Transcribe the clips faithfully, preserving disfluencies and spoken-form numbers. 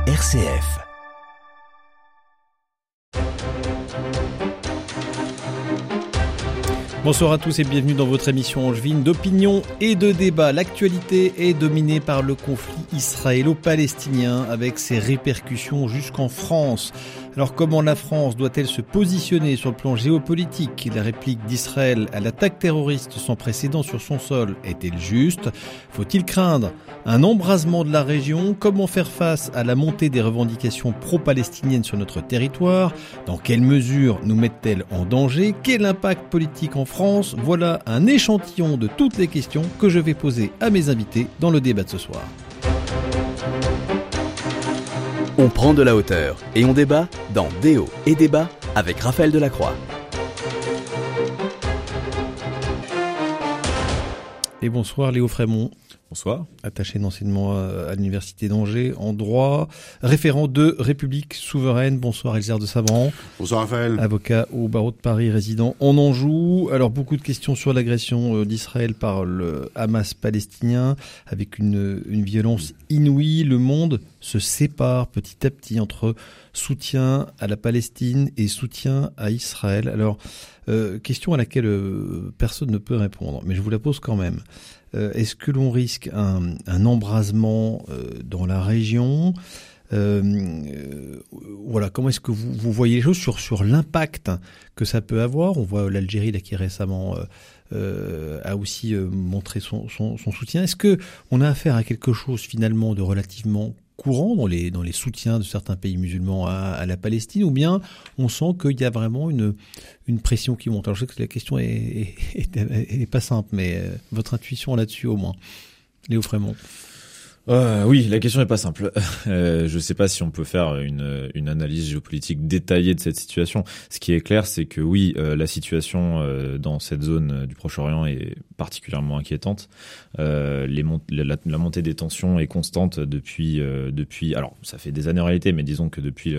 R C F. Bonsoir à tous et bienvenue dans votre émission angevine d'opinion et de débat. L'actualité est dominée par le conflit israélo-palestinien avec ses répercussions jusqu'en France. Alors comment la France doit-elle se positionner sur le plan géopolitique ? La réplique d'Israël à l'attaque terroriste sans précédent sur son sol est-elle juste ? Faut-il craindre un embrasement de la région ? Comment faire face à la montée des revendications pro-palestiniennes sur notre territoire ? Dans quelle mesure nous mettent-elles en danger ? Quel impact politique en France ? Voilà un échantillon de toutes les questions que je vais poser à mes invités dans le débat de ce soir. On prend de la hauteur et on débat dans Déo et Débat avec Raphaël Delacroix. Et bonsoir Léo Frémont. Bonsoir. Attaché d'enseignement à l'Université d'Angers en droit, référent de République Souveraine. Bonsoir Elzar de Sabran. Bonsoir Raphaël. Avocat au barreau de Paris, résident en Anjou. Alors beaucoup de questions sur l'agression d'Israël par le Hamas palestinien, avec une, une violence inouïe. Le monde se sépare petit à petit entre soutien à la Palestine et soutien à Israël. Alors, euh, question à laquelle euh, personne ne peut répondre, mais je vous la pose quand même. Euh, est-ce que l'on risque un, un embrasement euh, dans la région ? euh, euh, Voilà, comment est-ce que vous, vous voyez les choses sur, sur l'impact que ça peut avoir ? On voit l'Algérie là, qui récemment euh, euh, a aussi euh, montré son, son, son soutien. Est-ce que on a affaire à quelque chose finalement de relativement courant dans les, dans les soutiens de certains pays musulmans à, à la Palestine, ou bien on sent qu'il y a vraiment une, une pression qui monte ? Alors je sais que la question est, est, est, est pas simple, mais euh, votre intuition là-dessus au moins. Léo Frémont. Euh, oui, la question n'est pas simple. Euh, je ne sais pas si on peut faire une, une analyse géopolitique détaillée de cette situation. Ce qui est clair, c'est que oui, euh, la situation euh, dans cette zone du Proche-Orient est particulièrement inquiétante. Euh, les mont- la, la montée des tensions est constante depuis, euh, depuis. Alors, ça fait des années en réalité, mais disons que depuis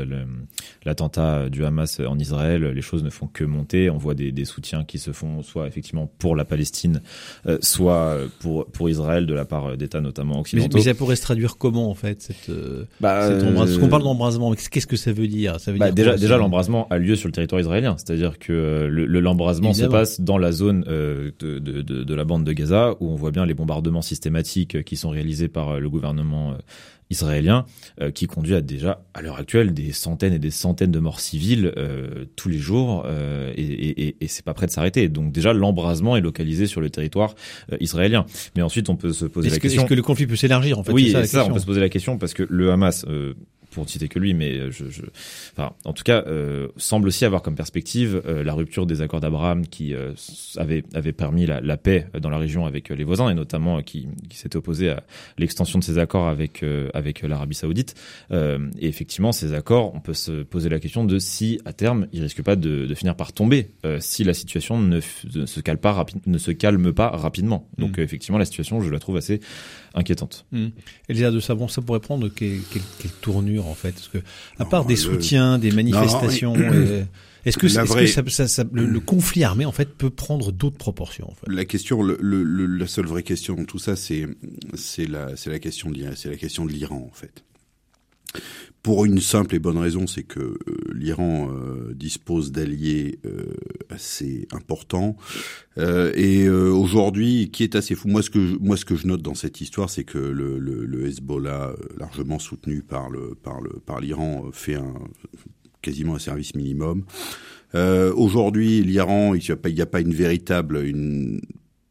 l'attentat du Hamas en Israël, les choses ne font que monter. On voit des, des soutiens qui se font soit effectivement pour la Palestine, euh, soit pour pour Israël de la part d'États notamment occidentaux. Mais, mais ça pourrait se traduire comment en fait cette, euh, bah, cet embrasement ? Parce qu'on parle d'embrasement, mais qu'est-ce que ça veut dire ? Ça veut bah, dire déjà, quoi, déjà l'embrasement a lieu sur le territoire israélien, c'est-à-dire que le, le l'embrasement Évidemment. se passe dans la zone euh, de, de, de, de la bande de Gaza, où on voit bien les bombardements systématiques qui sont réalisés par le gouvernement euh, israélien, euh, qui conduit à déjà, à l'heure actuelle, des centaines et des centaines de morts civiles euh, tous les jours, euh, et, et, et c'est pas prêt de s'arrêter. Donc déjà, l'embrasement est localisé sur le territoire euh, israélien. Mais ensuite, on peut se poser est-ce la que, question... Est-ce que le conflit peut s'élargir, en fait ? Oui, c'est ça, la ça, question. on peut se poser la question, parce que le Hamas... Euh, pour ne citer que lui, mais je, je, enfin, en tout cas, euh, semble aussi avoir comme perspective euh, la rupture des accords d'Abraham qui euh, avait, avait permis la, la paix dans la région avec les voisins, et notamment euh, qui, qui s'était opposé à l'extension de ces accords avec, euh, avec l'Arabie Saoudite. Euh, et effectivement, ces accords, on peut se poser la question de si, à terme, ils risquent pas de, de finir par tomber euh, si la situation ne, ne, se calme pas rapi- ne se calme pas rapidement. Donc, mmh. euh, effectivement, la situation, je la trouve assez inquiétante. Mmh. Elzar de Sabran, ça pourrait prendre quelle, quelle, quelle tournure en fait ? Parce que à non, part des le... soutiens, des manifestations, non, euh, est-ce que, est-ce vraie... que ça, ça, ça, le, le conflit armé en fait peut prendre d'autres proportions en fait ? La question, le, le, le, la seule vraie question dans tout ça, c'est c'est la c'est la question de c'est la question de l'Iran en fait. Pour une simple et bonne raison, c'est que euh, l'Iran euh, dispose d'alliés euh, assez importants euh, et euh, aujourd'hui, qui est assez fou. Moi, ce que je, moi, ce que je note dans cette histoire, c'est que le, le, le Hezbollah, largement soutenu par le par le par l'Iran, fait un quasiment un service minimum. Euh, aujourd'hui, l'Iran, il n'y a pas il n'y a pas une véritable une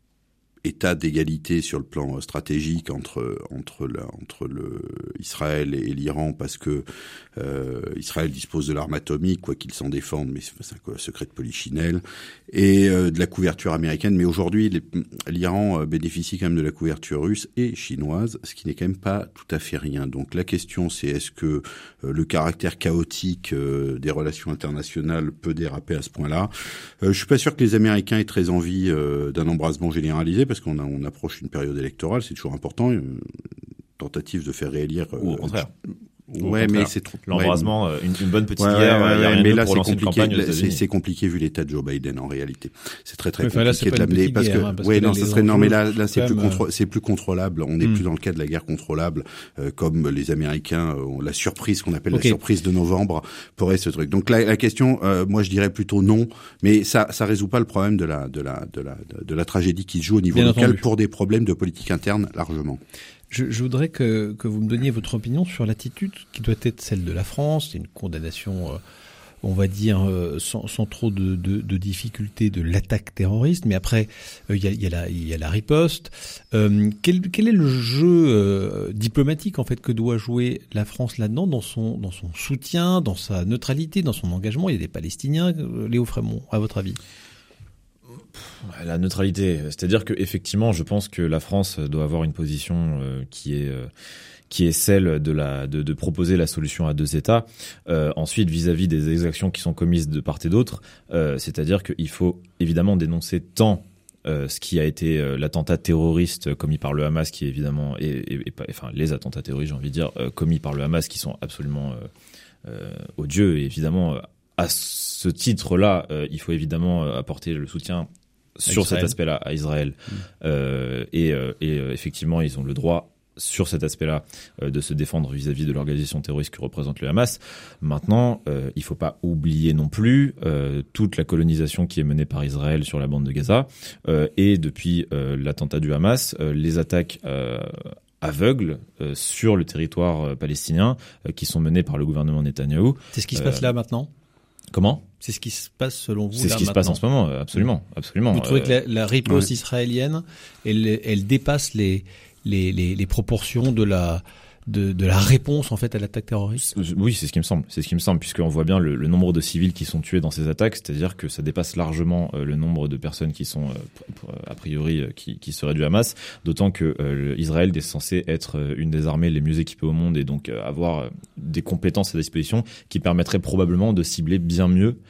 état d'égalité sur le plan stratégique entre entre la, entre le Israël et l'Iran, parce que euh, Israël dispose de l'arme atomique, quoi qu'il s'en défende, mais c'est un secret de polichinelle, et euh, de la couverture américaine. Mais aujourd'hui, les, l'Iran bénéficie quand même de la couverture russe et chinoise, ce qui n'est quand même pas tout à fait rien. Donc la question, c'est est-ce que euh, le caractère chaotique euh, des relations internationales peut déraper à ce point-là ? euh, Je suis pas sûr que les Américains aient très envie euh, d'un embrasement généralisé, parce qu'on a, on approche une période électorale, c'est toujours important, une tentative de faire réélire... Ou au contraire. Euh, Au ouais, contraire. mais c'est trop. L'embrasement, ouais. une, une bonne petite ouais, guerre, il ouais, y a ouais, rien mais de là, pour c'est lancer une compliqué. campagne aux Là, c'est, États-Unis. c'est compliqué vu l'état de Joe Biden en réalité. C'est très très ouais, compliqué là, c'est de pas une l'amener petite parce guerre, que, hein, parce ouais, que non, là, ça les serait non, mais enjeux, là, là, c'est quand plus même, contre, c'est plus contrôlable. On n'est hmm. plus dans le cas de la guerre contrôlable, euh, comme les Américains ont la surprise qu'on appelle okay. la surprise de novembre pourrait ce truc. Donc la, la question, euh, moi, je dirais plutôt non, mais ça, ça résout pas le problème de la, de la, de la, de, de la tragédie qui se joue au niveau Bien local entendu. pour des problèmes de politique interne largement. Je, je voudrais que, que vous me donniez votre opinion sur l'attitude qui doit être celle de la France. C'est une condamnation, euh, on va dire, euh, sans, sans trop de, de, de difficultés de l'attaque terroriste. Mais après, il euh, y, a, y, a la, y a la riposte. Euh, quel, quel est le jeu euh, diplomatique en fait que doit jouer la France là-dedans, dans son, dans son soutien, dans sa neutralité, dans son engagement? Il y a des Palestiniens. Euh, Léo Frémont, à votre avis? La neutralité, c'est-à-dire que effectivement, je pense que la France doit avoir une position euh, qui est euh, qui est celle de la de, de proposer la solution à deux États. Euh, ensuite, vis-à-vis des exactions qui sont commises de part et d'autre, euh, c'est-à-dire qu'il faut évidemment dénoncer tant euh, ce qui a été euh, l'attentat terroriste commis par le Hamas, qui est évidemment et, et, et, enfin les attentats terroristes, j'ai envie de dire, euh, commis par le Hamas, qui sont absolument euh, euh, odieux. Et évidemment, euh, à ce titre-là, euh, il faut évidemment euh, apporter le soutien sur Israël. cet aspect-là à Israël. Mmh. Euh, et, euh, et euh, effectivement, ils ont le droit, sur cet aspect-là, euh, de se défendre vis-à-vis de l'organisation terroriste que représente le Hamas. Maintenant, euh, il faut pas oublier non plus euh, toute la colonisation qui est menée par Israël sur la bande de Gaza. Euh, et depuis euh, l'attentat du Hamas, euh, les attaques euh, aveugles euh, sur le territoire euh, palestinien euh, qui sont menées par le gouvernement Netanyahou. C'est ce qui se passe euh, là maintenant? Comment? C'est ce qui se passe selon vous? C'est là, ce qui maintenant. se passe en ce moment, absolument, absolument. Vous trouvez euh, que la, la riposte ouais. israélienne, elle, elle dépasse les, les, les, les proportions de la, de, de la réponse en fait à l'attaque terroriste? Oui, c'est ce qui me semble. C'est ce qui me semble, puisqu'on voit bien le, le nombre de civils qui sont tués dans ces attaques, c'est-à-dire que ça dépasse largement euh, le nombre de personnes qui sont euh, a priori euh, qui, qui seraient du Hamas. D'autant que euh, Israël est censé être euh, une des armées les mieux équipées au monde et donc euh, avoir euh, des compétences à disposition qui permettraient probablement de cibler bien mieux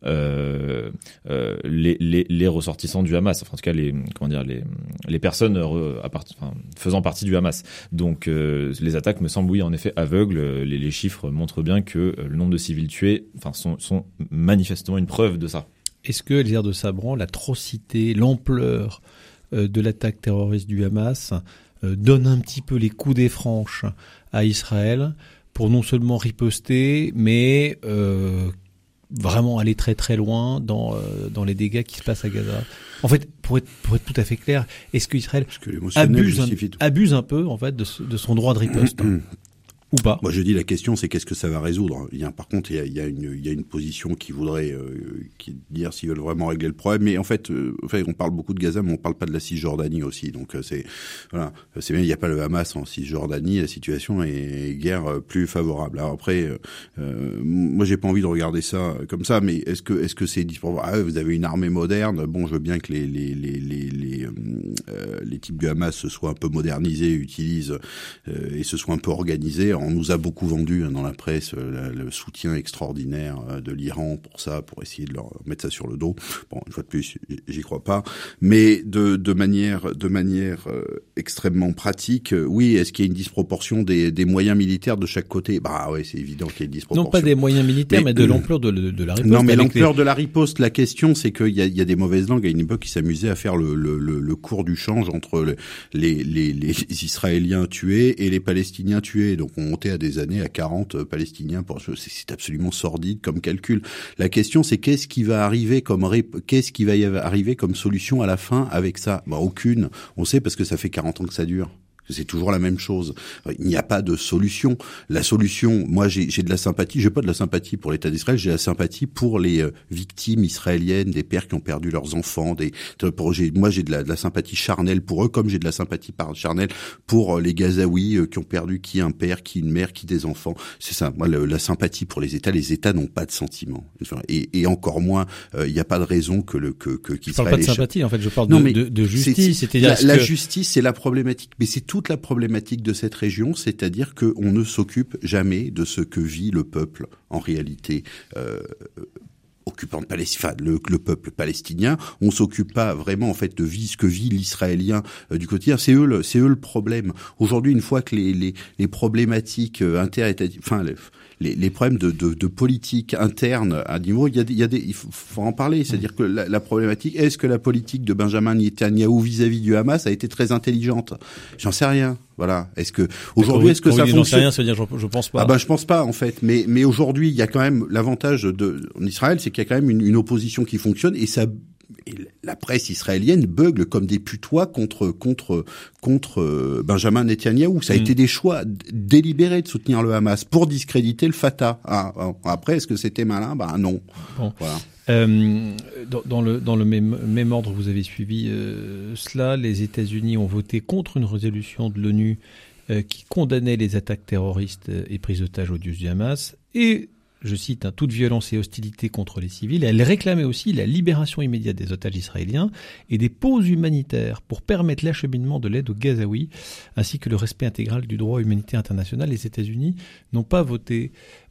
Euh, euh, les, les, les ressortissants du Hamas, enfin en tout cas les comment dire les les personnes re, à part, enfin, faisant partie du Hamas. Donc euh, les attaques me semblent oui en effet aveugles. Les, les chiffres montrent bien que le nombre de civils tués, enfin sont, sont manifestement une preuve de ça. Est-ce que Eliezer de Sabran, l'atrocité, l'ampleur euh, de l'attaque terroriste du Hamas euh, donne un petit peu les coups des franches à Israël pour non seulement riposter, mais euh, vraiment aller très très loin dans euh, dans les dégâts qui se passent à Gaza? En fait, pour être pour être tout à fait clair, est-ce qu'Israël abuse un, abuse un peu en fait de, de son droit de riposte ou pas? Moi, je dis la question, c'est qu'est-ce que ça va résoudre. Il y a, par contre, il y a, il y a une il y a une position qui voudrait euh, qui dire s'ils veulent vraiment régler le problème. Mais en fait, euh, en fait, on parle beaucoup de Gaza, mais on parle pas de la Cisjordanie aussi. Donc euh, c'est voilà, c'est bien. Il n'y a pas le Hamas en Cisjordanie. La situation est, est guère euh, plus favorable. Alors après, euh, moi, j'ai pas envie de regarder ça comme ça. Mais est-ce que est-ce que c'est ah, vous avez une armée moderne? Bon, je veux bien que les les les les les, euh, les types du Hamas se soient un peu modernisés, utilisent euh, et se soient un peu organisés. On nous a beaucoup vendu hein, dans la presse le, le soutien extraordinaire de l'Iran pour ça, pour essayer de leur mettre ça sur le dos. Bon, une fois de plus, j'y crois pas. Mais de, de manière, de manière euh, extrêmement pratique, euh, oui. Est-ce qu'il y a une disproportion des, des moyens militaires de chaque côté? Bah ouais, c'est évident qu'il y a une disproportion. Non, pas des moyens militaires, mais, mais de euh, l'ampleur de, de la riposte. Non, mais l'ampleur les... de la riposte. La question, c'est qu'il y a, il y a des mauvaises langues. À une époque, qui s'amusaient à faire le, le, le, le cours du change entre le, les, les, les Israéliens tués et les Palestiniens tués. Donc, on montait à des années à quarante Palestiniens. Pour c'est absolument sordide comme calcul. La question, c'est qu'est-ce qui va arriver comme qu'est-ce qui va y arriver comme solution à la fin avec ça? Bah, aucune. On sait parce que ça fait quarante ans que ça dure. C'est toujours la même chose. Il n'y a pas de solution. La solution, moi j'ai, j'ai de la sympathie, j'ai pas de la sympathie pour l'État d'Israël, j'ai de la sympathie pour les euh, victimes israéliennes, des pères qui ont perdu leurs enfants. Des, pour, j'ai, moi j'ai de la, de la sympathie charnelle pour eux, comme j'ai de la sympathie par charnelle pour euh, les Gazaouis euh, qui ont perdu qui un père, qui une mère, qui des enfants. C'est ça. Moi le, la sympathie pour les États, les États n'ont pas de sentiments. Enfin, et, et encore moins, il euh, n'y a pas de raison que le que, que qu'Israël. Je parle pas de sympathie, en fait, je parle non, de, mais de, de justice. C'est, c'est-à-dire la, que... la justice, c'est la problématique, mais c'est toute la problématique de cette région, c'est-à-dire qu'on ne s'occupe jamais de ce que vit le peuple en réalité euh, au occupants de Palestine, enfin le, le peuple palestinien. On s'occupe pas vraiment en fait de vie, ce que vit l'Israélien euh, du quotidien. C'est eux le, c'est eux le problème. Aujourd'hui, une fois que les les, les problématiques euh, interétatiques, enfin les, les, les problèmes de, de, de politique interne à niveau, il y a des, il y a des, il faut, faut en parler. C'est-à-dire que la, la problématique, est-ce que la politique de Benjamin Netanyahou vis-à-vis du Hamas a été très intelligente? J'en sais rien. Voilà. Est-ce que aujourd'hui, est-ce que ça fonctionne? J'en sais rien, ça veut dire je, je pense pas. Ah ben je pense pas en fait. Mais mais aujourd'hui, il y a quand même l'avantage de en Israël, c'est qu'il y a quand même une, une opposition qui fonctionne et ça. Et la presse israélienne bugle comme des putois contre contre contre Benjamin Netanyahou. Ça a mmh. été des choix délibérés de soutenir le Hamas pour discréditer le Fatah. Ah, après, est-ce que c'était malin? Ben non. Bon. Voilà. Euh, dans, dans le dans le même, même ordre, vous avez suivi euh, cela. Les États-Unis ont voté contre une résolution de l'ONU euh, qui condamnait les attaques terroristes et prises d'otages odieuses du Hamas et je cite, hein, toute violence et hostilité contre les civils. Elle réclamait aussi la libération immédiate des otages israéliens et des pauses humanitaires pour permettre l'acheminement de l'aide aux Gazaouis, ainsi que le respect intégral du droit humanitaire international. Les États-Unis n'ont pas voté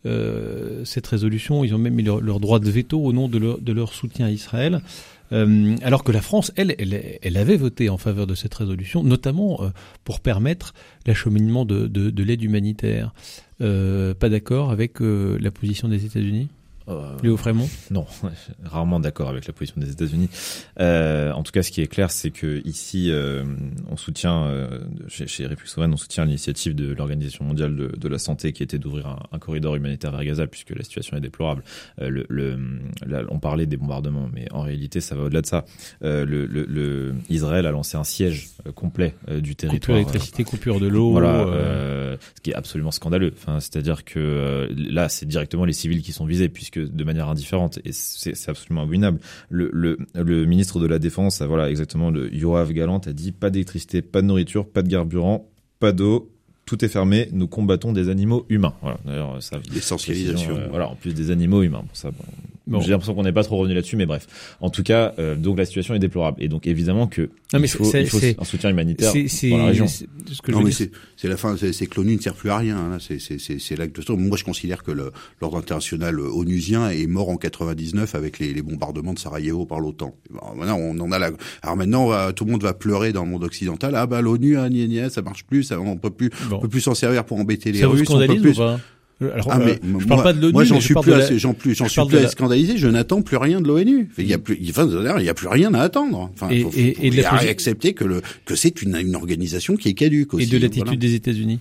euh, cette résolution. Ils ont même mis leur, leur droit de veto au nom de leur, de leur soutien à Israël. Euh, alors que la France, elle, elle, elle avait voté en faveur de cette résolution, notamment euh, pour permettre l'acheminement de, de, de l'aide humanitaire. Euh, pas d'accord avec euh, la position des États-Unis ? Euh, Léo Frémont ? Non, rarement d'accord avec la position des États-Unis. Euh, en tout cas, ce qui est clair, c'est que ici, euh, on soutient, euh, chez, chez Republic Souveraine, on soutient l'initiative de l'Organisation mondiale de, de la santé, qui était d'ouvrir un, un corridor humanitaire vers Gaza, puisque la situation est déplorable. Euh, le, le, là, on parlait des bombardements, mais en réalité, ça va au-delà de ça. Euh, le, le, le, Israël a lancé un siège euh, complet euh, du territoire. Coupure d'électricité, coupure de l'eau. Voilà, euh, ce qui est absolument scandaleux. Enfin, c'est-à-dire que euh, là, c'est directement les civils qui sont visés, puisque de manière indifférente, et c'est, c'est absolument abominable. Le, le, le ministre de la Défense, voilà, exactement, le Yoav Gallant a dit pas d'électricité, pas de nourriture, pas de carburant, pas d'eau, tout est fermé, nous combattons des animaux humains. Voilà, d'ailleurs, ça. L'essentialisation. Euh, voilà, en plus des animaux humains. Bon, ça, bon, bon. J'ai l'impression qu'on n'est pas trop revenu là-dessus, mais bref. En tout cas, euh, donc la situation est déplorable. Et donc, évidemment que, non, mais il faut, c'est, il faut c'est, un soutien humanitaire c'est, c'est, dans la région. C'est, c'est ce que non, je mais dire. c'est, c'est la fin, c'est, c'est que l'ONU ne sert plus à rien, hein. C'est, c'est, c'est, c'est l'acte de temps. Moi, je considère que le, l'ordre international onusien est mort en quatre-vingt-dix-neuf avec les, les bombardements de Sarajevo par l'OTAN. Alors, maintenant, on en a la, alors maintenant, on va, tout le monde va pleurer dans le monde occidental. Ah, bah, l'ONU, ah, gna, gna, ça marche plus, ça, on peut plus, bon. on peut plus s'en servir pour embêter les ça Russes. Ça vous scandalise on peut plus... ou pas? Alors, ah, mais euh, je moi, parle pas de l'ONU. Moi, j'en suis plus, la... assez, j'en plus, j'en suis plus à la... scandalisé. Je n'attends plus rien de l'ONU. Il y a plus, enfin, il y a plus rien à attendre. Enfin, et, faut, faut, et, faut et de la posi... accepter que le, que c'est une, une organisation qui est caduque aussi. Et de l'attitude voilà. des États-Unis.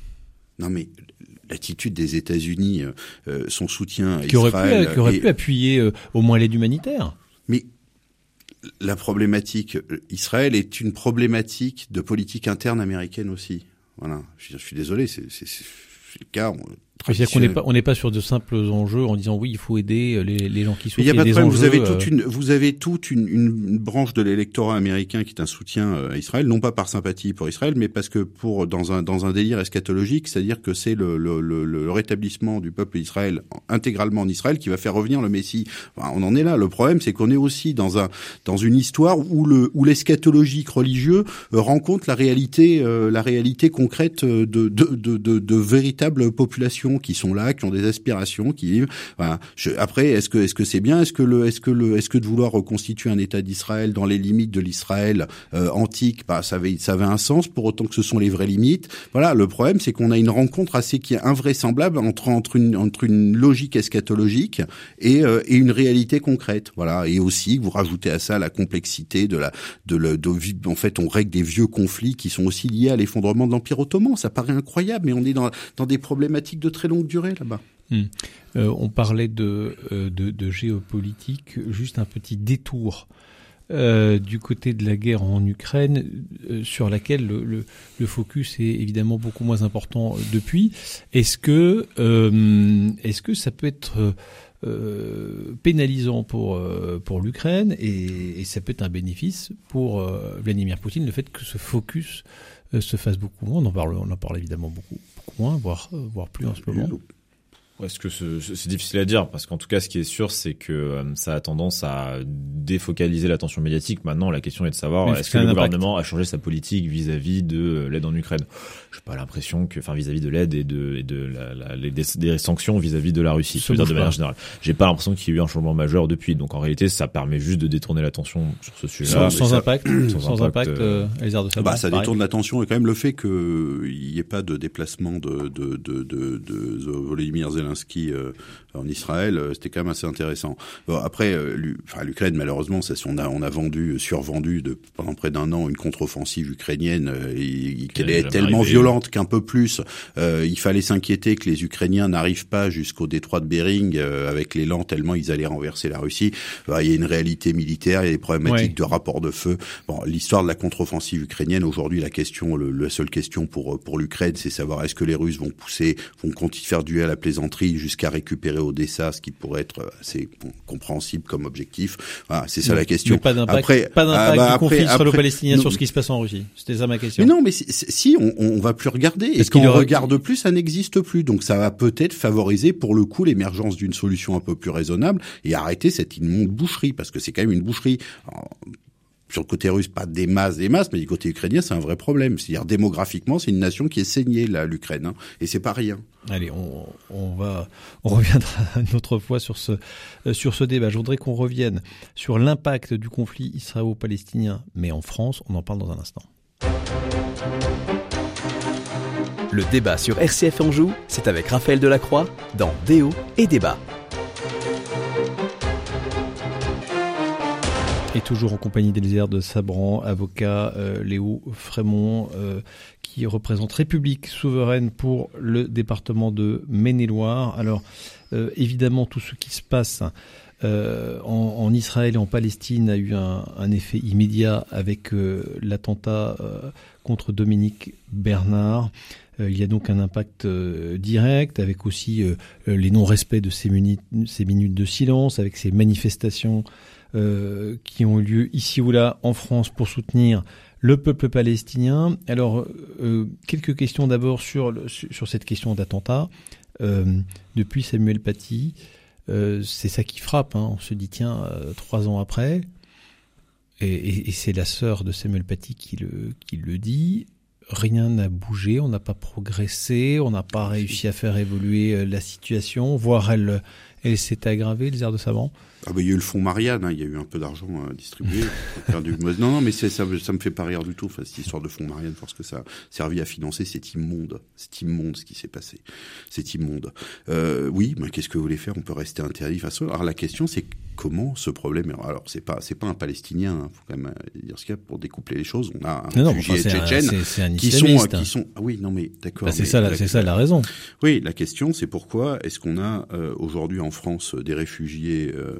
Non, mais l'attitude des États-Unis, euh, son soutien à qui Israël, aurait pu, qui aurait et... pu appuyer euh, au moins l'aide humanitaire. Mais la problématique, Israël est une problématique de politique interne américaine aussi. Voilà. Je, je suis désolé, c'est, c'est, c'est le cas. On... C'est-à-dire qu'on n'est pas, on n'est pas sur de simples enjeux en disant oui, il faut aider les, les gens qui souffrent. Il y a pas de problème. Enjeux, vous avez euh... toute une, vous avez toute une, une branche de l'électorat américain qui est un soutien à Israël, non pas par sympathie pour Israël, mais parce que pour dans un dans un délire eschatologique, c'est-à-dire que c'est le le, le, le rétablissement du peuple d'Israël intégralement en Israël qui va faire revenir le Messie. Enfin, on en est là. Le problème, c'est qu'on est aussi dans un dans une histoire où le où l'eschatologique religieux rencontre la réalité euh, la réalité concrète de de de de, de véritables populations qui sont là, qui ont des aspirations, qui vivent. Voilà. Je, après, est-ce que est-ce que c'est bien, est-ce que le est-ce que le est-ce que de vouloir reconstituer un État d'Israël dans les limites de l'Israël euh, antique, bah ça avait ça avait un sens pour autant que ce sont les vraies limites. Voilà. Le problème, c'est qu'on a une rencontre assez qui est invraisemblable entre entre une entre une logique eschatologique et euh, et une réalité concrète. Voilà. Et aussi, vous rajoutez à ça la complexité de la de le de, en fait, on règle des vieux conflits qui sont aussi liés à l'effondrement de l'Empire ottoman. Ça paraît incroyable, mais on est dans dans des problématiques de très longue durée là-bas. Hum. Euh, on parlait de, euh, de, de géopolitique, juste un petit détour euh, du côté de la guerre en Ukraine, euh, sur laquelle le, le, le focus est évidemment beaucoup moins important depuis. Est-ce que, euh, est-ce que ça peut être euh, pénalisant pour, euh, pour l'Ukraine et, et ça peut être un bénéfice pour euh, Vladimir Poutine, le fait que ce focus euh, se fasse beaucoup moins? On en parle, on en parle évidemment beaucoup, beaucoup moins, voire, voire plus en ce moment. Est-ce que c'est, c'est difficile à dire parce qu'en tout cas, ce qui est sûr, c'est que euh, ça a tendance à défocaliser l'attention médiatique. Maintenant, la question est de savoir Mais est-ce que le gouvernement a changé sa politique vis-à-vis de l'aide en Ukraine. J'ai pas l'impression que, enfin, vis-à-vis de l'aide et de et de la, la, les, des sanctions vis-à-vis de la Russie. Je veux dire de manière générale. J'ai pas l'impression qu'il y ait eu un changement majeur depuis. Donc en réalité, ça permet juste de détourner l'attention sur ce sujet-là. Sans, sans ça, impact, sans, sans impact, impact euh, les airs de Sabran. Bah, ça pareil. Détourne l'attention et quand même le fait qu'il n'y ait pas de déplacement de de de de, de, de Volodymyr Zelensky euh, en Israël, euh, c'était quand même assez intéressant. Bon, après, euh, enfin, l'Ukraine, malheureusement, ça, on a on a vendu, survendu de pendant près d'un an une contre-offensive ukrainienne euh, et, qu'elle est tellement arrivé. violente qu'un peu plus, euh, il fallait s'inquiéter que les Ukrainiens n'arrivent pas jusqu'au détroit de Bering euh, avec l'élan tellement ils allaient renverser la Russie. Enfin, il y a une réalité militaire, il y a des problématiques ouais. de rapport de feu. Bon, l'histoire de la contre-offensive ukrainienne, aujourd'hui, la question, le, la seule question pour pour l'Ukraine, c'est savoir est-ce que les Russes vont pousser, vont continuer faire duel à la plaisanterie jusqu'à récupérer Odessa, ce qui pourrait être assez bon, compréhensible comme objectif. Voilà, c'est ça mais, la question. Mais pas d'impact, après, pas d'impact ah, bah, du conflit après, israélo-palestinien sur ce qui se passe en Russie. C'était ça ma question. Mais non, mais si, si on, on va plus regarder. Et ce qu'on aurait... regarde plus, ça n'existe plus. Donc ça va peut-être favoriser pour le coup l'émergence d'une solution un peu plus raisonnable et arrêter cette immonde boucherie, parce que c'est quand même une boucherie. Alors, sur le côté russe, pas des masses, des masses, mais du côté ukrainien, c'est un vrai problème. C'est-à-dire, démographiquement, c'est une nation qui est saignée, là, l'Ukraine, hein, et c'est pas rien. Allez, on, on va, on reviendra une autre fois sur ce, euh, sur ce débat. Je voudrais qu'on revienne sur l'impact du conflit israélo-palestinien, mais en France, on en parle dans un instant. Le débat sur R C F Anjou, c'est avec Raphaël Delacroix dans Déo et Débat. Et toujours en compagnie d'Elzéar de Sabran, avocat, euh, Léo Frémont, euh, qui représente République Souveraine pour le département de Maine-et-Loire. Alors, euh, évidemment, tout ce qui se passe euh, en, en Israël et en Palestine a eu un, un effet immédiat avec euh, l'attentat euh, contre Dominique Bernard. Euh, il y a donc un impact euh, direct, avec aussi euh, les non-respects de ces, muni- ces minutes de silence, avec ces manifestations Euh, qui ont eu lieu ici ou là en France pour soutenir le peuple palestinien. Alors, euh, quelques questions d'abord sur, le, sur cette question d'attentat. Euh, depuis Samuel Paty, euh, c'est ça qui frappe. Hein. On se dit, tiens, euh, trois ans après, et, et, et c'est la sœur de Samuel Paty qui le, qui le dit, rien n'a bougé, on n'a pas progressé, on n'a pas réussi à faire évoluer la situation, voire elle, elle s'est aggravée, les airs de Sabran. Ah ben il y a eu le fonds Marianne, hein, il y a eu un peu d'argent euh, distribué. du... Non, non, mais c'est, ça, ça me fait pas rire du tout. Enfin, cette histoire de fonds Marianne, parce que ça a servi à financer, c'est immonde, c'est immonde ce qui s'est passé, c'est immonde. Euh, oui, mais qu'est-ce que vous voulez faire ? On peut rester interdit. Enfin, alors la question, c'est comment ce problème. Alors c'est pas, c'est pas un Palestinien. Hein, faut quand même dire ce qu'il y a pour découpler les choses. On a un réfugié tchétchène qui sont, qui sont. Ah oui, non, mais d'accord. Bah, c'est mais, ça, la, c'est ça la raison. Oui, la question, c'est pourquoi est-ce qu'on a euh, aujourd'hui en France des réfugiés euh,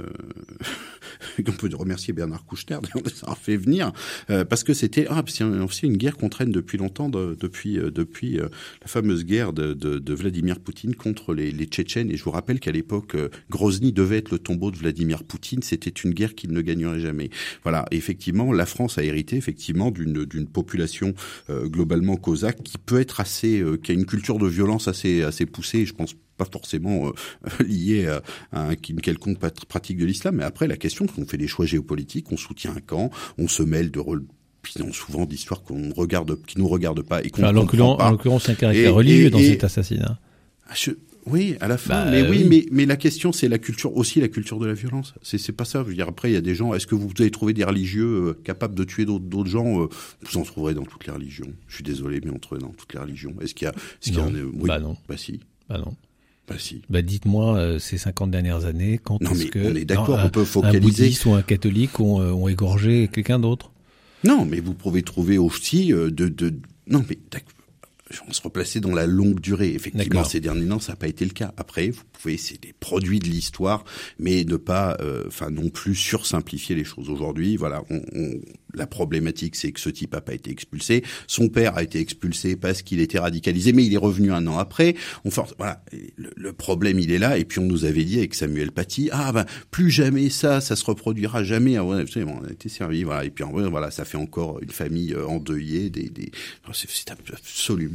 on peut remercier Bernard Kouchner, ça a fait venir, euh, parce que c'était ah, c'est aussi une guerre qu'on traîne depuis longtemps, de, depuis euh, depuis euh, la fameuse guerre de, de, de Vladimir Poutine contre les, les Tchétchènes. Et je vous rappelle qu'à l'époque, euh, Grozny devait être le tombeau de Vladimir Poutine. C'était une guerre qu'il ne gagnerait jamais. Voilà. Et effectivement, la France a hérité effectivement d'une d'une population euh, globalement cosaque qui peut être assez, euh, qui a une culture de violence assez assez poussée. Je pense pas forcément euh, lié à, à une quelconque pratique de l'islam, mais après la question, c'est qu'on fait des choix géopolitiques, on soutient un camp, on se mêle de rôles souvent d'histoires qu'on regarde, qui nous regardent pas et qu'on enfin, comprend pas. En l'occurrence, c'est un caractère et, religieux et, dans et, cet assassinat. Je, oui, à la fin, bah, mais oui, oui, mais mais la question, c'est la culture aussi, la culture de la violence. C'est c'est pas ça. Je veux dire, après, il y a des gens. Est-ce que vous avez trouvé des religieux euh, capables de tuer d'autres d'autres gens euh, Vous en trouverez dans toutes les religions. Je suis désolé, mais on trouve dans toutes les religions. Est-ce qu'il y a, est-ce qu'il y a un, oui, bah non, bah si, bah non. Bah si. Bah dites-moi, euh, ces cinquante dernières années, quand non, est-ce mais que on est d'accord, un, on peut focaliser. Un bouddhiste ou un catholique ont, euh, ont égorgé quelqu'un d'autre? Non, mais vous pouvez trouver aussi euh, de, de... Non, mais on se replacer dans la longue durée. Effectivement, d'accord. Ces derniers ans, ça n'a pas été le cas. Après, vous pouvez, c'est des produits de l'histoire, mais ne pas, enfin, euh, non plus sursimplifier les choses. Aujourd'hui, voilà, on, on, la problématique, c'est que ce type n'a pas été expulsé. Son père a été expulsé parce qu'il était radicalisé, mais il est revenu un an après. On force, voilà, le, le problème, il est là. Et puis, on nous avait dit avec Samuel Paty, ah ben, plus jamais ça, ça se reproduira jamais. Ah, ouais, on a été servi, voilà. Et puis, en vrai, voilà, ça fait encore une famille endeuillée. Des, des, c'est, c'est absolument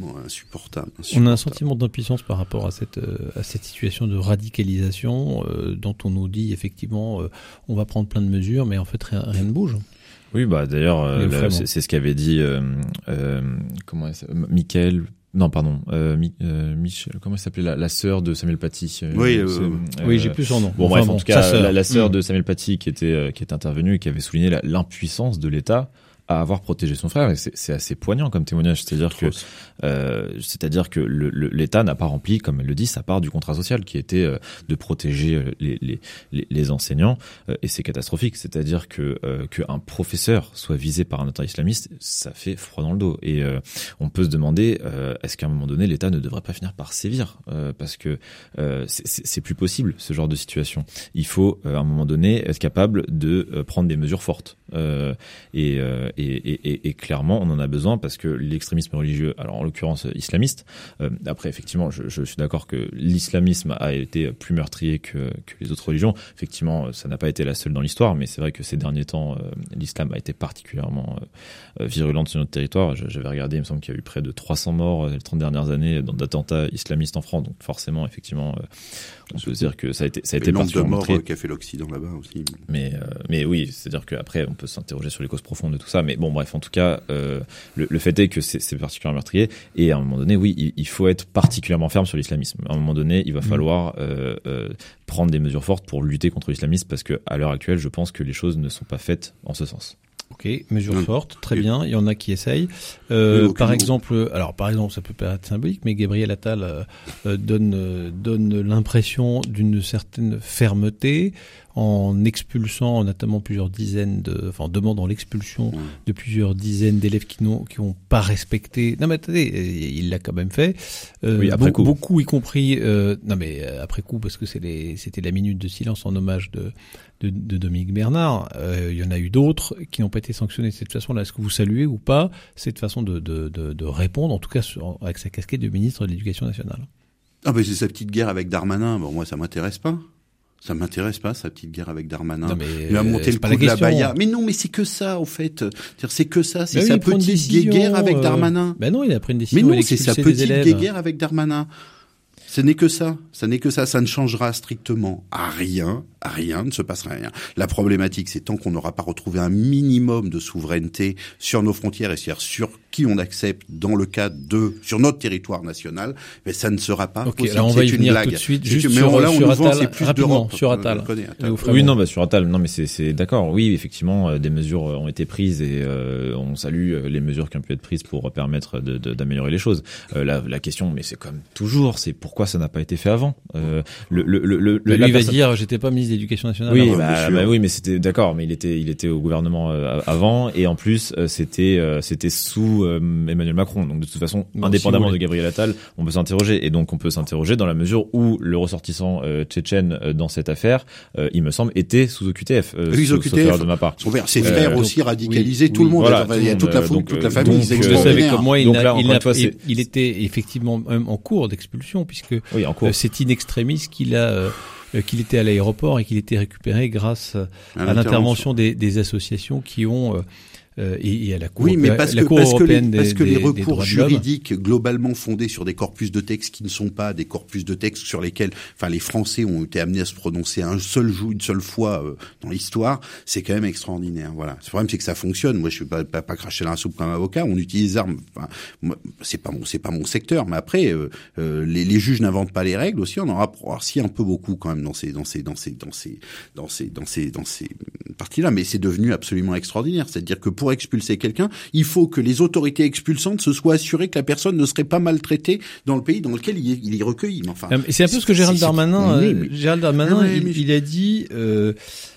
absolument insupportable, insupportable. On a un sentiment d'impuissance par rapport à cette euh, à cette situation de radicalisation euh, dont on nous dit effectivement euh, on va prendre plein de mesures, mais en fait rien, rien ne bouge. Oui, bah d'ailleurs, euh, là, c'est, c'est ce qu'avait dit euh, euh, comment elle s'appelle, Michael. Non, pardon, euh, Mi, euh, Michel, comment elle s'appelait la, la sœur de Samuel Paty. Euh, oui, euh, euh, oui, j'ai plus son nom. Bon, enfin, bref, bon, en tout cas, la, la sœur mmh. de Samuel Paty qui était euh, qui est intervenue et qui avait souligné la, l'impuissance de l'État à avoir protégé son frère. Et c'est, c'est assez poignant comme témoignage, c'est-à-dire Trop. que euh, c'est-à-dire que le, le, l'État n'a pas rempli, comme elle le dit, sa part du contrat social qui était euh, de protéger les, les, les, les enseignants, euh, et c'est catastrophique. C'est-à-dire que euh, qu'un professeur soit visé par un attentat islamiste, ça fait froid dans le dos. Et euh, on peut se demander euh, est-ce qu'à un moment donné l'État ne devrait pas finir par sévir, euh, parce que euh, c'est, c'est, c'est plus possible ce genre de situation. Il faut euh, à un moment donné être capable de euh, prendre des mesures fortes. Euh, et, euh, et, et, et clairement, on en a besoin parce que l'extrémisme religieux, alors en l'occurrence islamiste, euh, après effectivement, je, je suis d'accord que l'islamisme a été plus meurtrier que, que les autres religions. Effectivement, ça n'a pas été la seule dans l'histoire, mais c'est vrai que ces derniers temps, euh, l'islam a été particulièrement euh, virulent sur notre territoire. J'avais regardé, il me semble qu'il y a eu près de trois cents morts les trente dernières années dans d'attentats islamistes en France. Donc forcément, effectivement, euh, on peut se dire que ça a été, ça a été particulièrement meurtrier. Le nombre de morts qu'a fait l'Occident là-bas aussi. Mais, euh, mais oui, c'est-à-dire qu'après, on peut s'interroger sur les causes profondes de tout ça. Mais bon, bref, en tout cas, euh, le, le fait est que c'est, c'est particulièrement meurtrier. Et à un moment donné, oui, il, il faut être particulièrement ferme sur l'islamisme. À un moment donné, il va falloir euh, euh, prendre des mesures fortes pour lutter contre l'islamisme parce que à l'heure actuelle, je pense que les choses ne sont pas faites en ce sens. Ok, mesures fortes, très bien. Il y en a qui essayent. Euh, par exemple, alors par exemple, ça peut paraître symbolique, mais Gabriel Attal euh, donne euh, donne l'impression d'une certaine fermeté en expulsant notamment plusieurs dizaines de, enfin en demandant l'expulsion mmh. de plusieurs dizaines d'élèves qui n'ont qui ont pas respecté. Non mais attendez, il l'a quand même fait. Euh, oui, après beaucoup, coup. beaucoup, y compris. Euh, non mais après coup, parce que c'est les, c'était la minute de silence en hommage de de, de Dominique Bernard. Euh, il y en a eu d'autres qui n'ont pas été sanctionnés de cette façon-là. Est-ce que vous saluez ou pas cette façon de de de, de répondre, en tout cas sur, avec sa casquette de ministre de l'Éducation nationale? Ah ben c'est sa petite guerre avec Darmanin. Bon moi ça m'intéresse pas. Ça m'intéresse pas, sa petite guerre avec Darmanin. Non, mais il a monté le coup de la Baïa. Mais non, mais c'est que ça, au fait. C'est-à-dire, c'est que ça, c'est sa petite guéguerre avec Darmanin. Euh... Ben non, il a pris une décision. Mais non, c'est sa petite guéguerre avec Darmanin. Ce n'est que ça. Ça n'est que ça. Ça ne changera strictement à rien. À rien, ne se passera rien. La problématique, c'est tant qu'on n'aura pas retrouvé un minimum de souveraineté sur nos frontières et c'est-à-dire sur qui on accepte dans le cadre de, sur notre territoire national, mais ça ne sera pas okay, possible. Alors on va c'est y une venir blague. tout de suite. C'est Juste que, mais sur, on, là, on sur nous Attal, vend, c'est plus rapidement, d'Europe. sur Attal. Connaît, Attal. Oui, non, bah sur Attal, non, mais c'est, c'est d'accord. Oui, effectivement, euh, des mesures ont été prises et euh, on salue les mesures qui ont pu être prises pour permettre de, de, d'améliorer les choses. Euh, la, la question, mais c'est comme toujours, c'est pourquoi ça n'a pas été fait avant. Euh, le, le, le, le, lui la va personne... dire, j'étais pas ministre de l'Éducation nationale. Oui, avant, bah, bah oui, mais c'était d'accord, mais il était, il était au gouvernement euh, avant et en plus euh, c'était, euh, c'était sous euh, Emmanuel Macron. Donc de toute façon, bon, indépendamment si de Gabriel Attal, on peut s'interroger et donc on peut s'interroger dans la mesure où le ressortissant euh, tchétchène euh, dans cette affaire, euh, il me semble, était sous O Q T F. Euh, oui, sous, O Q T F. de ma part. Son père, ses frères euh, aussi donc, radicalisés, oui, tout oui, le monde. Voilà, il y a toute la foule, donc, toute la famille. Donc, je savais que moi, il, donc, n'a, là, il, n'a, fois, il, il était effectivement même en cours d'expulsion puisque oui, en cours. Euh, c'est in extremis qu'il a. Euh, qu'il était à l'aéroport et qu'il était récupéré grâce à, à l'intervention des, des associations qui ont euh, et, et à la Cour, oui, mais parce la que, Cour parce européenne que les, parce que des, les des, recours des juridiques globalement fondés sur des corpus de textes qui ne sont pas des corpus de textes sur lesquels, enfin, les Français ont été amenés à se prononcer un seul jour, une seule fois euh, dans l'histoire, c'est quand même extraordinaire. Voilà. Le problème, c'est que ça fonctionne. Moi, je suis pas pas, pas cracher dans la soupe comme avocat. On utilise les armes. Enfin, moi, c'est pas mon c'est pas mon secteur. Mais après, euh, euh, les, les juges n'inventent pas les règles aussi. On en raccourcit un peu beaucoup quand même dans ces dans ces dans ces dans ces dans ces dans ces dans ces parties-là. Mais c'est devenu absolument extraordinaire. C'est-à-dire que pour expulser quelqu'un, il faut que les autorités expulsantes se soient assurées que la personne ne serait pas maltraitée dans le pays dans lequel il est, il est recueilli. Mais enfin, c'est un peu ce que Gérald Darmanin, c'est, euh, Gérald Darmanin, ouais, il, mais... il a dit euh,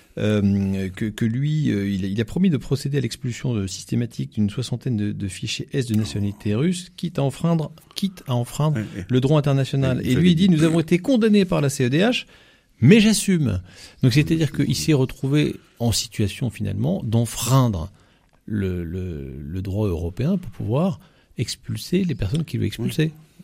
euh, que, que lui, euh, il, a, il a promis de procéder à l'expulsion systématique d'une soixantaine de, de fichiers S de nationalité russe, quitte à enfreindre, quitte à enfreindre ouais, ouais. le droit international. Ouais, et lui, il dit, nous avons été condamnés par la C E D H, mais j'assume. Donc, c'est-à-dire qu'il s'est retrouvé en situation finalement d'enfreindre Le, le, le droit européen pour pouvoir expulser les personnes qui lui expulsaient.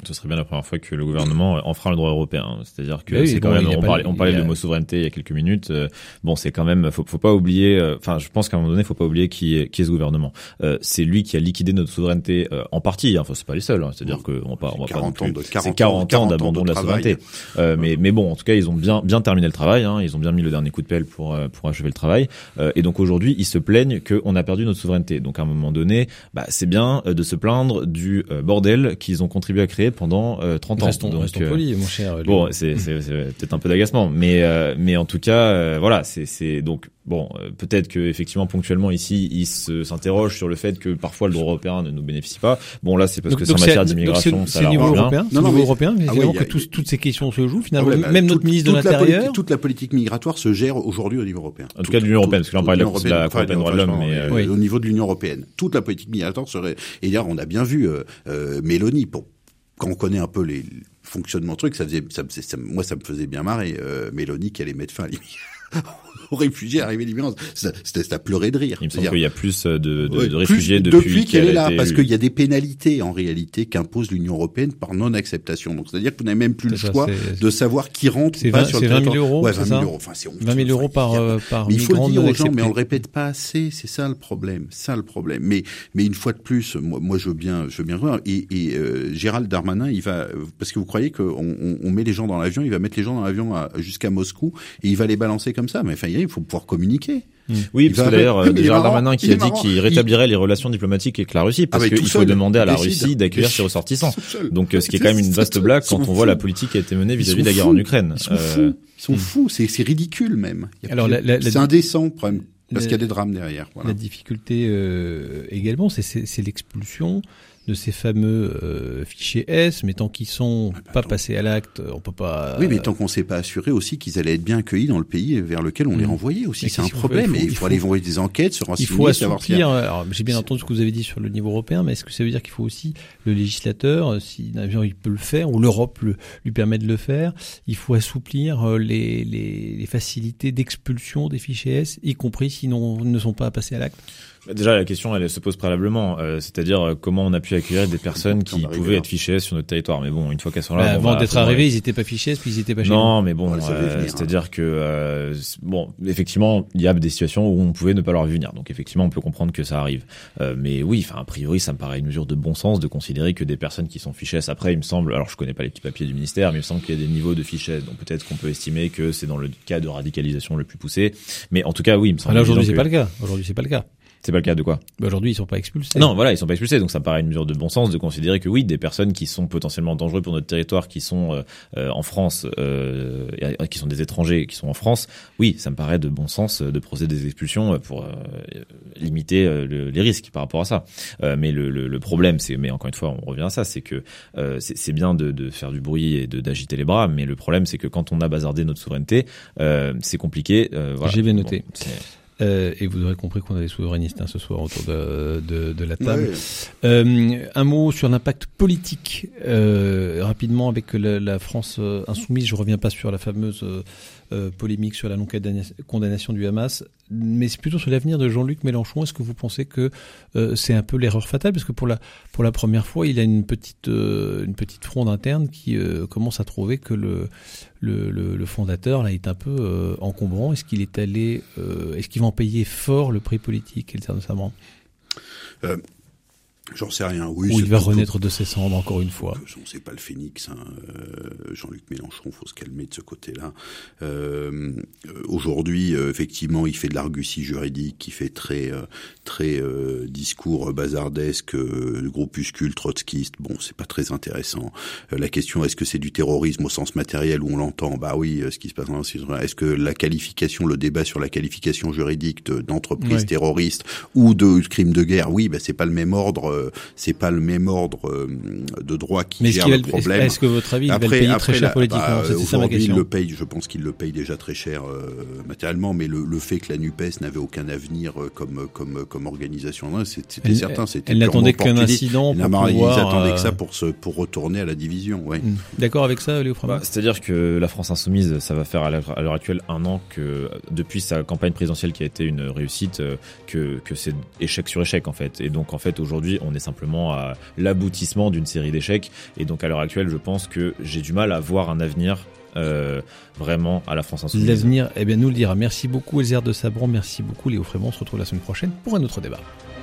Ce serait bien la première fois que le gouvernement enfreint le droit européen. C'est-à-dire que oui, c'est quand bon, même, on pas, parlait, on parlait a... de mot souveraineté il y a quelques minutes. Euh, bon, c'est quand même, faut, faut pas oublier, enfin, euh, je pense qu'à un moment donné, faut pas oublier qui est, qui est ce gouvernement. Euh, c'est lui qui a liquidé notre souveraineté, euh, en partie, hein. Enfin, c'est pas les seuls, hein. C'est-à-dire que on va pas, on va pas non plus, c'est quarante ans d'abandon de la souveraineté. Euh, mais, mais bon, en tout cas, ils ont bien, bien terminé le travail, hein. Ils ont bien mis le dernier coup de pelle pour, pour achever le travail. Euh, et donc aujourd'hui, ils se plaignent qu'on a perdu notre souveraineté. Donc à un moment donné, bah, c'est bien de se plaindre du euh, bordel qu'ils ont contribué à créer pendant euh, trente ans. Restons, donc, restons euh, polis, mon cher. Bon, c'est, c'est, c'est peut-être un peu d'agacement, mais euh, mais en tout cas, euh, voilà, c'est, c'est donc bon, euh, peut-être que effectivement ponctuellement ici, ils se, s'interrogent sur le fait que parfois le droit européen ne nous bénéficie pas. Bon, là, c'est parce donc, que c'est en matière d'immigration, ça c'est au niveau européen. Non, non, mais européen, ah oui, que a, tous, toutes ces questions se jouent finalement. Ah ouais, bah, même toute, notre ministre toute de l'Intérieur. Politique, toute la politique migratoire se gère aujourd'hui au niveau européen. En tout, tout cas, de l'Union européenne, parce que là, on parle de la Cour européenne des droits de l'homme, mais euh, oui. au niveau de l'Union européenne, toute la politique migratoire serait. Et d'ailleurs, on a bien vu euh, euh, Mélanie pour. Quand on connaît un peu les fonctionnements trucs, ça faisait, ça, ça, moi, ça me faisait bien marrer. Euh, Mélanie qui allait mettre fin à l'immigration. aux réfugiés arrivés d'immigration. C'était, c'était à pleurer de rire. Il me semble qu'il y a plus de, de, ouais, de réfugiés plus, depuis, depuis qu'elle est là, été parce élue. qu'il y a des pénalités en réalité qu'impose l'Union européenne par non-acceptation. Donc c'est-à-dire que vous n'avez même plus c'est le ça, choix c'est, de savoir qui rentre ou pas vingt, sur le territoire. territoire. vingt mille euros, ouais, c'est vingt ça mille euros. Enfin, c'est vingt mille euros par, euh, par mais il faut le dire aux gens, accepté. mais on le répète pas assez. C'est ça le problème. Ça le problème. Mais mais une fois de plus, moi, moi je veux bien, je veux bien voir. Et, et euh, Gérald Darmanin, il va parce que vous croyez qu'on on, on met les gens dans l'avion, il va mettre les gens dans l'avion à, jusqu'à Moscou et il va les balancer comme ça. Mais enfin, il faut pouvoir communiquer. Oui, parce que d'ailleurs, oui, Gérald Darmanin qui a dit marrant. qu'il rétablirait il... les relations diplomatiques avec la Russie, parce ah qu'il faut demander à la décide. Russie d'accueillir ses ressortissants. Donc, ce qui est quand même une vaste blague quand on voit la politique qui a été menée vis-à-vis de la guerre en Ukraine. Ils sont fous, ils sont fous. C'est, c'est ridicule même. Il y a Alors, la, la, c'est la, indécent, problème, parce la, qu'il y a des drames derrière. Voilà. La difficulté euh, également, c'est, c'est, c'est l'expulsion de ces fameux euh, fichiers S, mais tant qu'ils sont ah bah, pas tant... passés à l'acte, on peut pas... Oui, mais tant qu'on s'est pas assuré aussi qu'ils allaient être bien accueillis dans le pays vers lequel on mmh. les renvoyait aussi, mais c'est un problème. Il faut, et il faut, faut aller voir des enquêtes, se renseigner, il faut savoir assouplir, alors, j'ai bien entendu ce que vous avez dit sur le niveau européen, mais est-ce que ça veut dire qu'il faut aussi, le législateur, si un avion il peut le faire, ou l'Europe le, lui permet de le faire, il faut assouplir les, les, les facilités d'expulsion des fichiers S, y compris s'ils ne sont pas passés à l'acte? Déjà, la question, elle se pose préalablement, euh, c'est-à-dire euh, comment on a pu accueillir des personnes qui pouvaient là. être fichées sur notre territoire. Mais bon, une fois qu'elles sont là, bah, bon, avant bah, d'être arrivés, ils n'étaient pas fichés, puis ils étaient pas chez nous. Non, mais bon, euh, venir, c'est-à-dire hein. que euh, bon, effectivement, il y a des situations où on pouvait ne pas leur venir. Donc effectivement, on peut comprendre que ça arrive. Euh, mais oui, enfin, a priori, ça me paraît une mesure de bon sens de considérer que des personnes qui sont fichées. Après, il me semble, alors je connais pas les petits papiers du ministère, mais il me semble qu'il y a des niveaux de fichés. Donc peut-être qu'on peut estimer que c'est dans le cas de radicalisation le plus poussé. Mais en tout cas, oui, il me semble. Ah là, aujourd'hui, c'est que... pas le cas. Aujourd'hui, c'est pas le cas. C'est pas le cas de quoi? Bah aujourd'hui, ils sont pas expulsés. Non, voilà, ils sont pas expulsés, donc ça me paraît une mesure de bon sens de considérer que oui, des personnes qui sont potentiellement dangereuses pour notre territoire, qui sont euh, en France, euh, qui sont des étrangers, qui sont en France, oui, ça me paraît de bon sens de procéder des expulsions pour euh, limiter euh, le, les risques par rapport à ça. Euh, mais le, le, le problème, c'est, mais encore une fois, on revient à ça, c'est que euh, c'est, c'est bien de, de faire du bruit et de, d'agiter les bras, mais le problème, c'est que quand on a bazardé notre souveraineté, euh, c'est compliqué. Euh, voilà. J'ai bien noté. Bon, Euh, et vous aurez compris qu'on a des souverainistes hein, ce soir autour de, de, de la table. Ouais. Euh, un mot sur l'impact politique euh, rapidement avec la, la France euh, insoumise. Je reviens pas sur la fameuse euh, euh, polémique sur la non-condamnation du Hamas, mais c'est plutôt sur l'avenir de Jean-Luc Mélenchon. Est-ce que vous pensez que euh, c'est un peu l'erreur fatale, parce que pour la pour la première fois, il a une petite euh, une petite fronde interne qui euh, commence à trouver que le le, le, le fondateur là est un peu euh, encombrant. Est-ce qu'il est allé euh, est-ce qu'il va en payer fort le prix politique, nécessairement? euh, J'en sais rien. Oui, Ou il va tout, renaître tout, de ses cendres encore une fois. On sait pas le phénix. Hein. Euh, Jean-Luc Mélenchon, faut se calmer de ce côté-là. Euh, aujourd'hui, euh, effectivement, il fait de l'argutie juridique, il fait très, euh, très euh, discours bazardesque, euh, groupuscule trotskiste. Bon, c'est pas très intéressant. Euh, la question, est-ce que c'est du terrorisme au sens matériel où on l'entend? Bah oui, ce qui se passe. Est-ce que la qualification, le débat sur la qualification juridique de, d'entreprise oui. terroriste ou de crime de guerre, oui, bah c'est pas le même ordre. C'est pas le même ordre de droit qui mais gère le problème. Est-ce que votre avis, après, il va le payer après, très cher là, politiquement. bah, c'est, c'est ça ma aujourd'hui, question. il le paye, je pense qu'il le paye déjà très cher euh, matériellement, mais le, le fait que la NUPES n'avait aucun avenir euh, comme comme comme organisation, non, c'était Elle- certain. C'était Elle n'attendait purement qu'un opportuniste. incident Ils pour n'avaient- pouvoir... Ils attendaient euh, que ça pour se pour retourner à la division. Ouais. hmm. D'accord avec ça, Léo Frémaux? Bah, c'est-à-dire que la France Insoumise, ça va faire à l'heure à l'heure actuelle un an que, depuis sa campagne présidentielle qui a été une réussite, euh, que, que c'est échec sur échec en fait. Et donc en fait aujourd'hui, on est simplement à l'aboutissement d'une série d'échecs. Et donc à l'heure actuelle, je pense que j'ai du mal à voir un avenir euh, vraiment à la France Insoumise. L'avenir, eh bien, nous le dira. Merci beaucoup, Elzéar de Sabran. Merci beaucoup, Léo Frémaux. On se retrouve la semaine prochaine pour un autre débat.